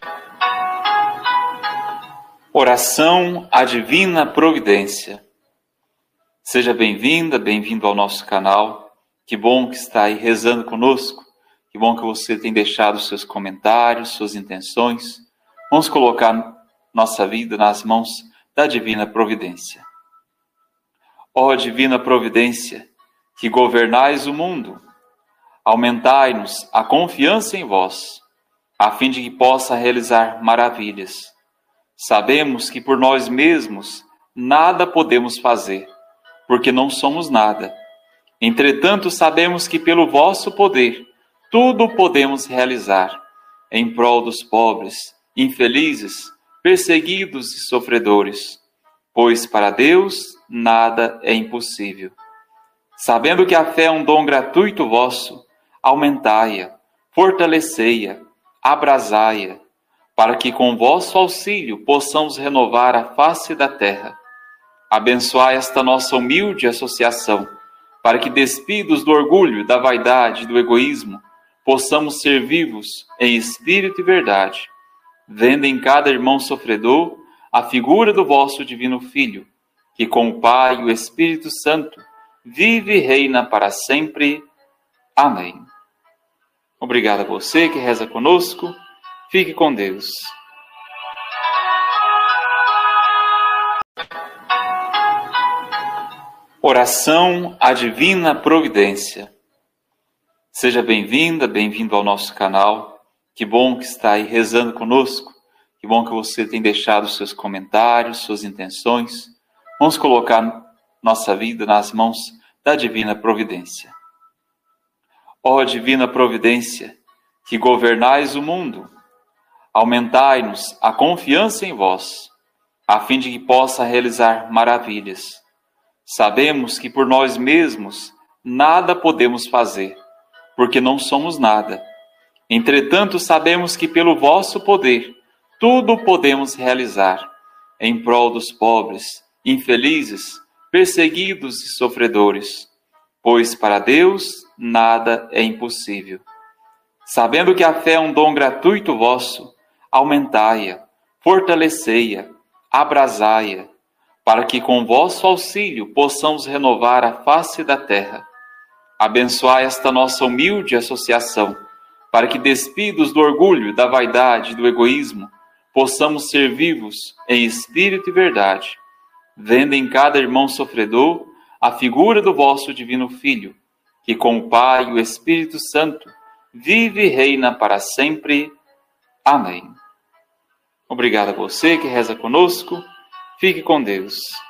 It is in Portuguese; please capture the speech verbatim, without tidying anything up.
Oração à Divina Providência. Seja bem-vinda, bem-vindo ao nosso canal. Que bom que está aí rezando conosco. Que bom que você tem deixado seus comentários, suas intenções. Vamos colocar nossa vida nas mãos da Divina Providência. Ó Divina Providência, que governais o mundo, aumentai-nos a confiança em vós, a fim de que possa realizar maravilhas. Sabemos que por nós mesmos nada podemos fazer, porque não somos nada. Entretanto, sabemos que pelo vosso poder tudo podemos realizar, em prol dos pobres, infelizes, perseguidos e sofredores, pois para Deus nada é impossível. Sabendo que a fé é um dom gratuito vosso, aumentai-a, fortalecei-a, abrasai-a, para que com vosso auxílio possamos renovar a face da terra. Abençoai esta nossa humilde associação, para que, despidos do orgulho, da vaidade e do egoísmo, possamos ser vivos em espírito e verdade, vendo em cada irmão sofredor a figura do vosso divino Filho, que com o Pai e o Espírito Santo vive e reina para sempre. Amém. Obrigado a você que reza conosco. Fique com Deus. Oração à Divina Providência. Seja bem-vinda, bem-vindo ao nosso canal. Que bom que está aí rezando conosco. Que bom que você tem deixado seus comentários, suas intenções. Vamos colocar nossa vida nas mãos da Divina Providência. Ó Divina Providência, que governais o mundo, aumentai-nos a confiança em vós, a fim de que possa realizar maravilhas. Sabemos que por nós mesmos nada podemos fazer, porque não somos nada. Entretanto, sabemos que pelo vosso poder tudo podemos realizar, em prol dos pobres, infelizes, perseguidos e sofredores, pois para Deus nada é impossível. Sabendo que a fé é um dom gratuito vosso, aumentai-a, fortalecei-a, abrasai-a, para que com vosso auxílio possamos renovar a face da terra. Abençoai esta nossa humilde associação, para que, despidos do orgulho, da vaidade e do egoísmo, possamos ser vivos em espírito e verdade, vendo em cada irmão sofredor a figura do vosso divino Filho, que com o Pai e o Espírito Santo vive e reina para sempre. Amém. Obrigado a você que reza conosco. Fique com Deus.